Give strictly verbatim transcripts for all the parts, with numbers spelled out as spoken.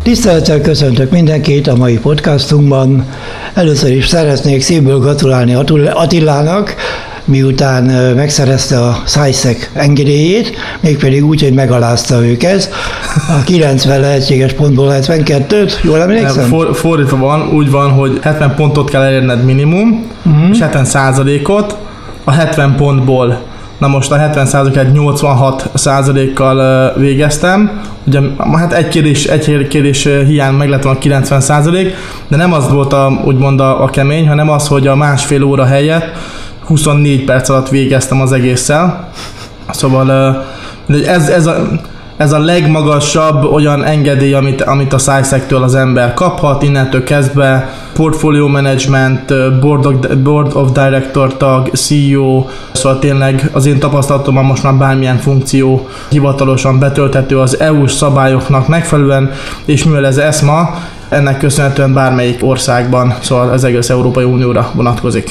Tisztelettel köszöntök mindenkit a mai podcastunkban. Először is szeretnék szívből gratulálni Attilának, miután megszerezte a SciSec engedélyét, mégpedig úgy, hogy megalázta őket. A kilencven lehetséges pontból hetvenkettőt, jól emlékszem? For, fordítva van, úgy van, hogy hetven pontot kell elérned minimum, uh-huh. és hetven százalékot a hetven pontból. Na most a hetven százalékát nyolcvanhat százalékkal végeztem. Ugye hát egy kérdés, egy kérdés hiány meg lett volna kilencven százalék, de nem az volt a, úgymond a, a kemény, hanem az, hogy a másfél óra helyett huszonnégy perc alatt végeztem az egésszel. Szóval ez, ez, a, ez a legmagasabb olyan engedély, amit, amit a SciSec-től az ember kaphat, innentől kezdve portfolio management, board of, board of director tag, cé e o, szóval tényleg az én tapasztalatomban most már bármilyen funkció hivatalosan betölthető az é u-s szabályoknak megfelelően, és mivel ez ESMA, ennek köszönhetően bármelyik országban, szóval az egész Európai Unióra vonatkozik.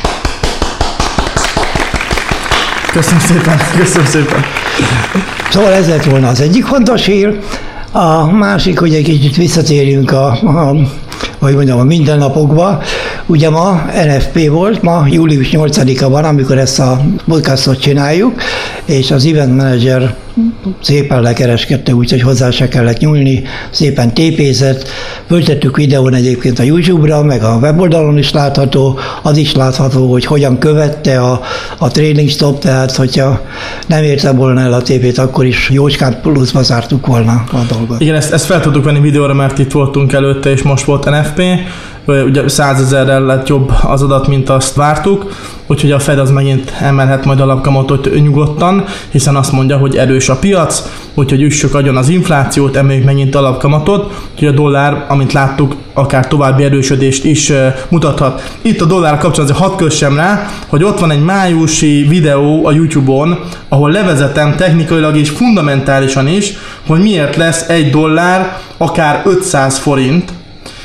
Köszönöm szépen, köszönöm szépen. Szóval ez lett volna az egyik fontos hír. A másik, hogy egy kicsit visszatérjünk a, a, hogy mondjam, a mindennapokba. Ugye ma en ef pé volt, ma július nyolcadika van, amikor ezt a podcastot csináljuk, és az event manager szépen lekereskedte, úgyhogy hozzá se kellett nyúlni, szépen tépézett. Föltettük videón egyébként a YouTube-ra, meg a weboldalon is látható, az is látható, hogy hogyan követte a, a trailing stop, tehát hogyha nem érte volna el a tépét, akkor is jócskán pluszba zártuk volna a dolgot. Igen, ezt, ezt fel tudtuk venni videóra, mert itt voltunk előtte, és most volt en ef pé. Ugye százezerrel lett jobb az adat, mint azt vártuk, úgyhogy a Fed az megint emelhet majd alapkamatot nyugodtan, hiszen azt mondja, hogy erős a piac, úgyhogy üssük agyon az inflációt, emeljük megint alapkamatot, úgyhogy a dollár, amint láttuk, akár további erősödést is mutathat. Itt a dollár kapcsolatban hadd kössem rá, hogy ott van egy májusi videó a YouTube-on, ahol levezetem technikailag és fundamentálisan is, hogy miért lesz egy dollár akár ötszáz forint,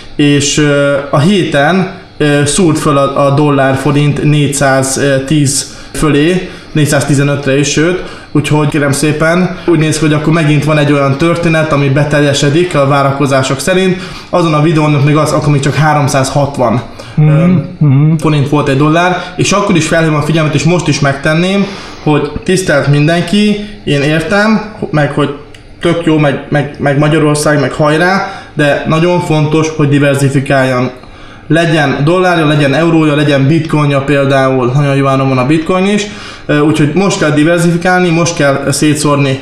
és a héten szúrt föl a dollár forint négyszáztíz fölé, négyszáztizenötre is, sőt, úgyhogy kérem szépen, úgy néz ki, hogy akkor megint van egy olyan történet, ami beteljesedik a várakozások szerint. Azon a videón még az, akkor még csak háromszázhatvan mm-hmm. forint volt egy dollár, és akkor is felhívom a figyelmet, és most is megtenném, hogy tisztelt mindenki, én értem, meg hogy tök jó, meg, meg, meg Magyarország, meg hajrá, de nagyon fontos, hogy diversifikáljon. Legyen dollárja, legyen eurója, legyen bitcoinja például, nagyon jóánom van a bitcoin is, úgyhogy most kell diversifikálni, most kell szétszórni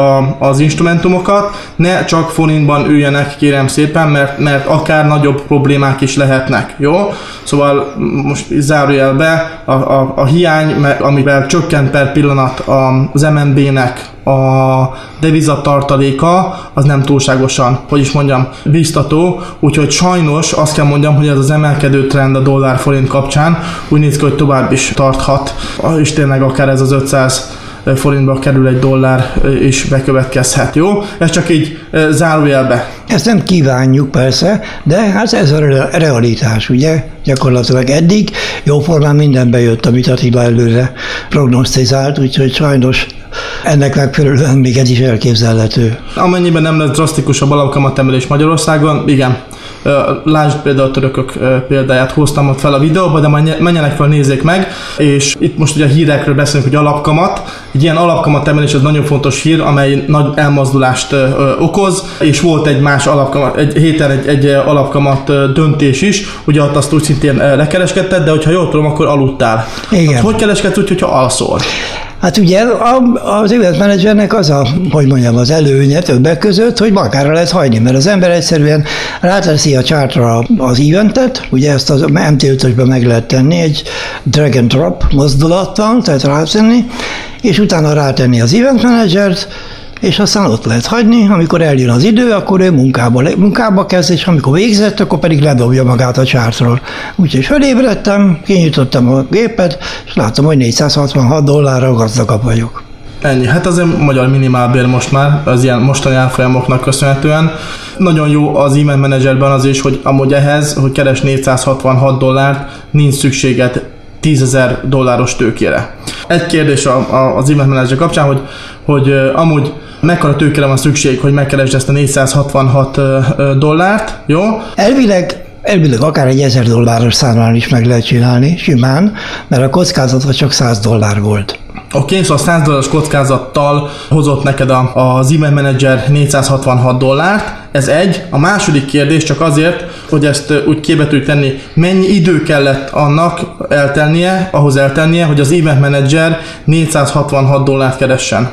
az instrumentumokat, ne csak forintban üljenek, kérem szépen, mert, mert akár nagyobb problémák is lehetnek, jó? Szóval most zárójelbe a, a, a hiány, amivel csökkent per pillanat az em en bé-nek a devizatartaléka, az nem túlságosan, hogy is mondjam, biztató, úgyhogy sajnos azt kell mondjam, hogy ez az emelkedő trend a dollár-forint kapcsán úgy néz ki, hogy tovább is tarthat, és tényleg akár ez az ötszáz forintba kerül egy dollár is bekövetkezhet, jó? Ez csak így zárójelbe. Ezt nem kívánjuk persze, de hát ez a realitás, ugye? Gyakorlatilag eddig jóformán minden bejött, amit Attila előre prognosztizált, úgyhogy sajnos ennek megfelelően még ez is elképzelhető. Amennyiben nem lesz drasztikusabb alapkamatemelés Magyarországon, igen. Lásd például a törökök példáját hoztam ott fel a videóba, de menjenek fel, nézzék meg, és itt most ugye a hírekről beszélünk, hogy alapkamat. Egy ilyen alapkamatemelés az nagyon fontos hír, amely nagy elmozdulást ö, okoz, és volt egy más alapkamat, egy héten egy, egy alapkamat döntés is, ugye ott azt úgy szintén lekereskedted, de hogyha jól tudom, akkor aludtál. Igen. Hát, hogy kereskedsz úgy, hogyha alszol? Hát ugye az event managernek az a, hogy mondjam, az előnye többek között, hogy magára lehet hagyni, mert az ember egyszerűen ráteszi a chartra az eventet, ugye ezt az em té ötösben meg lehet tenni egy drag and drop mozdulattal, tehát rátenni, és utána rátenni az event managert, és aztán ott lehet hagyni, amikor eljön az idő, akkor ő munkába, munkába kezd, és amikor végzett, akkor pedig ledobja magát a chartról. Úgyhogy fölébredtem, kinyitottam a gépet, és láttam, hogy négyszázhatvanhat dollárra gazdagabb vagyok. Ennyi. Hát az egy magyar minimálbér most már, az ilyen mostani árfolyamoknak köszönhetően. Nagyon jó az event managerben az is, hogy amúgy ehhez, hogy keres négyszázhatvanhat dollárt, nincs szükséged tízezer dolláros tőkére. Egy kérdés a, a, az event manager kapcsán, hogy, hogy amúgy mekkora tőkére van szükség, hogy megkeresd ezt a négyszázhatvanhat dollárt, jó? Elvileg Elvileg akár egy ezer dolláros számlán is meg lehet csinálni, simán, mert a kockázat csak száz dollár volt. Oké, okay, szóval száz dolláros kockázattal hozott neked a, az Event Manager négyszázhatvanhat dollárt, ez egy. A második kérdés csak azért, hogy ezt úgy képbe tudjuk tenni, mennyi idő kellett annak eltelnie, ahhoz eltelnie, hogy az Event Manager négyszázhatvanhat dollárt keressen?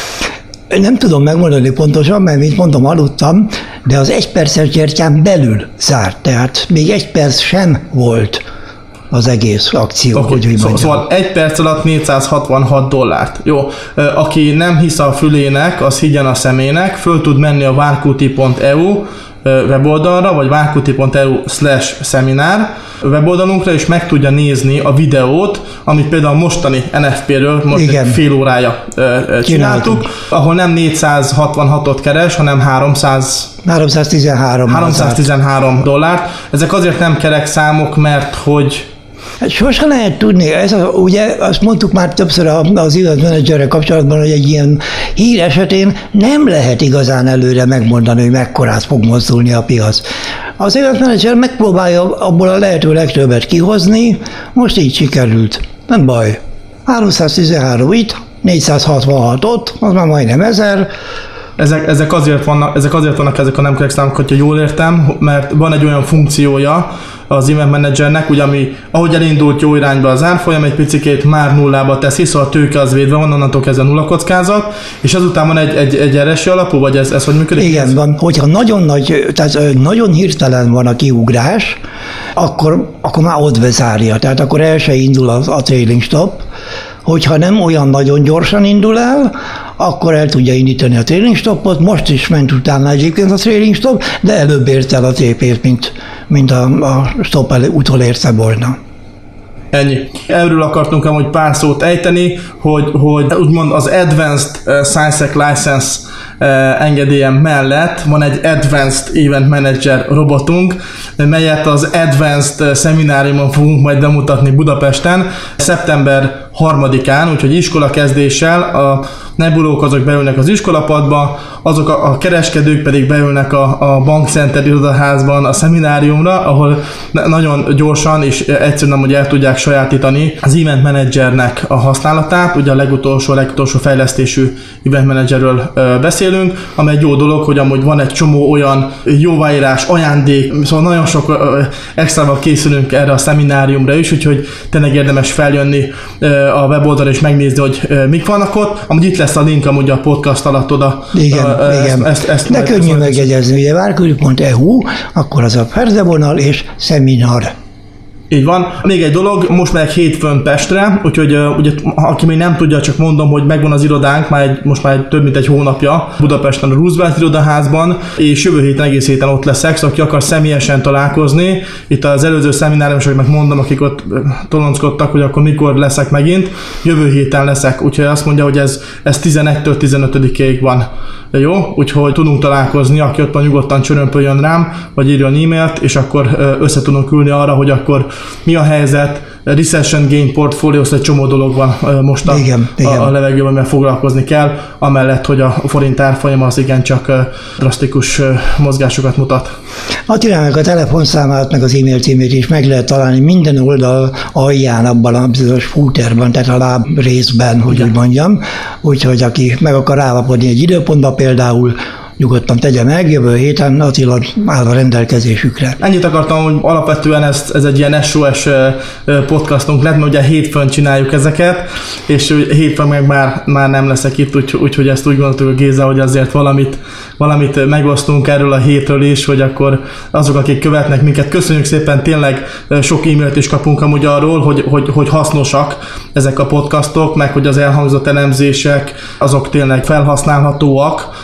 Nem tudom megmondani pontosan, mert mint mondom, aludtam, de az egy perces gyertyán belül zárt, tehát még egy perc sem volt az egész akció, okay. hogy Szó, Szóval egy perc alatt négyszázhatvanhat dollárt. Jó, aki nem hisz a fülének, az higgyen a szemének, föl tud menni a várkuti pont e u weboldalra, vagy várkuti pont e u slash seminár weboldalunkra, és meg tudja nézni a videót, amit például mostani en ef pé-ről most Igen. fél órája csináltuk, Csináltuk. ahol nem négyszázhatvanhatot keres, hanem háromszáz háromszáztizenhárom háromszáztizenhárom dollárt. Ezek azért nem kerek számok, mert hogy Hát sosem lehet tudni, ez a, ugye azt mondtuk már többször az Event Managerrel kapcsolatban, hogy egy ilyen hír esetén nem lehet igazán előre megmondani, hogy mekkorát fog mozdulni a piac. Az Event Manager megpróbálja abból a lehető legtöbbet kihozni, most így sikerült, nem baj. háromszáztizenhárom itt, négyszázhatvanhat ott, az már majdnem ezer. Ezek, ezek, azért vannak, ezek azért vannak ezek a nem korrekt számok, hogyha jól értem, mert van egy olyan funkciója az Event Managernek, ugye, ami ahogy elindult jó irányba az árfolyam, egy picikét már nullába teszi, szóval a tőke az védve van, onnantól kezdve nulla kockázat, és azután van egy, egy, egy er es i alapú, vagy ez, ez hogy működik? Igen, van. Hogyha nagyon nagy, tehát nagyon hirtelen van a kiugrás, akkor, akkor már ott bezárja, tehát akkor el se indul a, a trailing stop. Hogyha nem olyan nagyon gyorsan indul el, akkor el tudja indítani a trailing stopot, most is ment utána egyébként a trailing stop, de előbb ért el a té pét, mint, mint a, a stop elő, utolérte volna. Ennyi. Erről akartunk amúgy pár szót ejteni, hogy, hogy úgymond az Advanced SciSec License engedélyem mellett van egy Advanced Event Manager robotunk, melyet az Advanced szemináriumon fogunk majd bemutatni Budapesten szeptember harmadikán, úgyhogy iskola kezdéssel a nebulók azok beülnek az iskolapadba, azok a, a kereskedők pedig beülnek a, a Bankcenter irodaházban a szemináriumra, ahol nagyon gyorsan és egyszerűen hogy el tudják sajátítani az Event Managernek a használatát. Ugye a legutolsó, legutolsó fejlesztésű Event Managerről ö, beszélünk, amely egy jó dolog, hogy amúgy van egy csomó olyan jóváírás, ajándék, szóval nagyon sok ö, extrával készülünk erre a szemináriumra is, úgyhogy tényleg érdemes feljönni ö, a weboldalra és megnézni, hogy ö, mik vannak ott. Amúgy itt lesz a link amúgy a podcast alatt oda. Igen, uh, igen. Ezt, ezt de könnyű megjegyezni, ugye várkuti pont e u, akkor az a ferdevonal és szeminar. Így van. Még egy dolog, most megyek hétfőn Pestre, úgyhogy uh, ugye, aki még nem tudja, csak mondom, hogy megvan az irodánk, már egy, most már egy, több mint egy hónapja Budapesten a Roosevelt irodaházban, és jövő héten, egész héten ott leszek, szóval aki akar személyesen találkozni, itt az előző szemináriumosoknak mondom, akik ott tolonckodtak, hogy akkor mikor leszek megint, jövő héten leszek, úgyhogy azt mondja, hogy ez, ez tizenegytől tizenötödikéig van. Jó? Úgyhogy tudunk találkozni, aki ott van, nyugodtan csörömpöljön rám, vagy írjon e-mailt, és akkor össze tudunk ülni arra, hogy akkor mi a helyzet, recession gain portfolio, egy csomó dolog van most a, igen, a, igen. a levegőben, amivel foglalkozni kell, amellett, hogy a forint árfolyama az igencsak drasztikus mozgásokat mutat. Attilának a telefonszámát, meg az e-mail címét is meg lehet találni minden oldal alján, abban a bizonyos footerban, tehát a láb részben, hogy igen. úgy mondjam. Úgyhogy aki meg akar állapodni egy időpontba például, nyugodtan tegye meg, jövő héten Attila áll a rendelkezésükre. Ennyit akartam, hogy alapvetően ez, ez egy ilyen es o es podcastunk lett, mert ugye hétfőn csináljuk ezeket, és hétfőn meg már, már nem leszek itt, úgyhogy úgy, ezt úgy gondoltuk Géza, hogy azért valamit, valamit megosztunk erről a hétről is, hogy akkor azok, akik követnek minket, köszönjük szépen, tényleg sok e-mailt is kapunk amúgy arról, hogy, hogy, hogy hasznosak ezek a podcastok, meg hogy az elhangzott elemzések, azok tényleg felhasználhatóak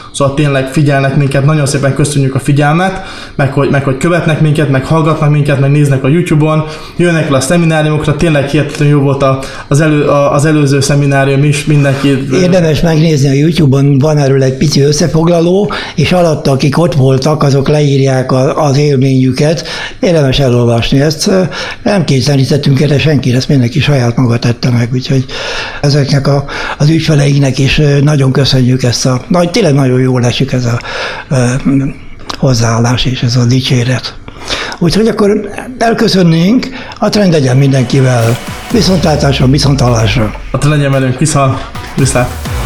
Szóval tényleg figyelnek minket, nagyon szépen köszönjük a figyelmet, meg hogy, meg hogy követnek minket, meg hallgatnak minket, meg néznek a YouTube-on, jönnek el a szemináriumokra, tényleg hihetetlenül jó volt az, elő, az előző szeminárium is, mindenki... Érdemes megnézni a YouTube-on, van erről egy pici összefoglaló, és alatta, akik ott voltak, azok leírják az élményüket. Érdemes elolvasni ezt. Nem kényszerítettünk erre senkire, ezt mindenki saját maga tette meg, úgyhogy ezeknek a, az ügyfeleinknek is nagyon köszönjük ezt a... Nagy, tényleg nagyon jól esik ez a, a hozzáállás és ez a dicséret. Úgyhogy akkor elköszönnénk, a trend legyen mindenkivel. Viszontlátásra, viszonthallásra. A trend legyen velünk, viszont, viszlát.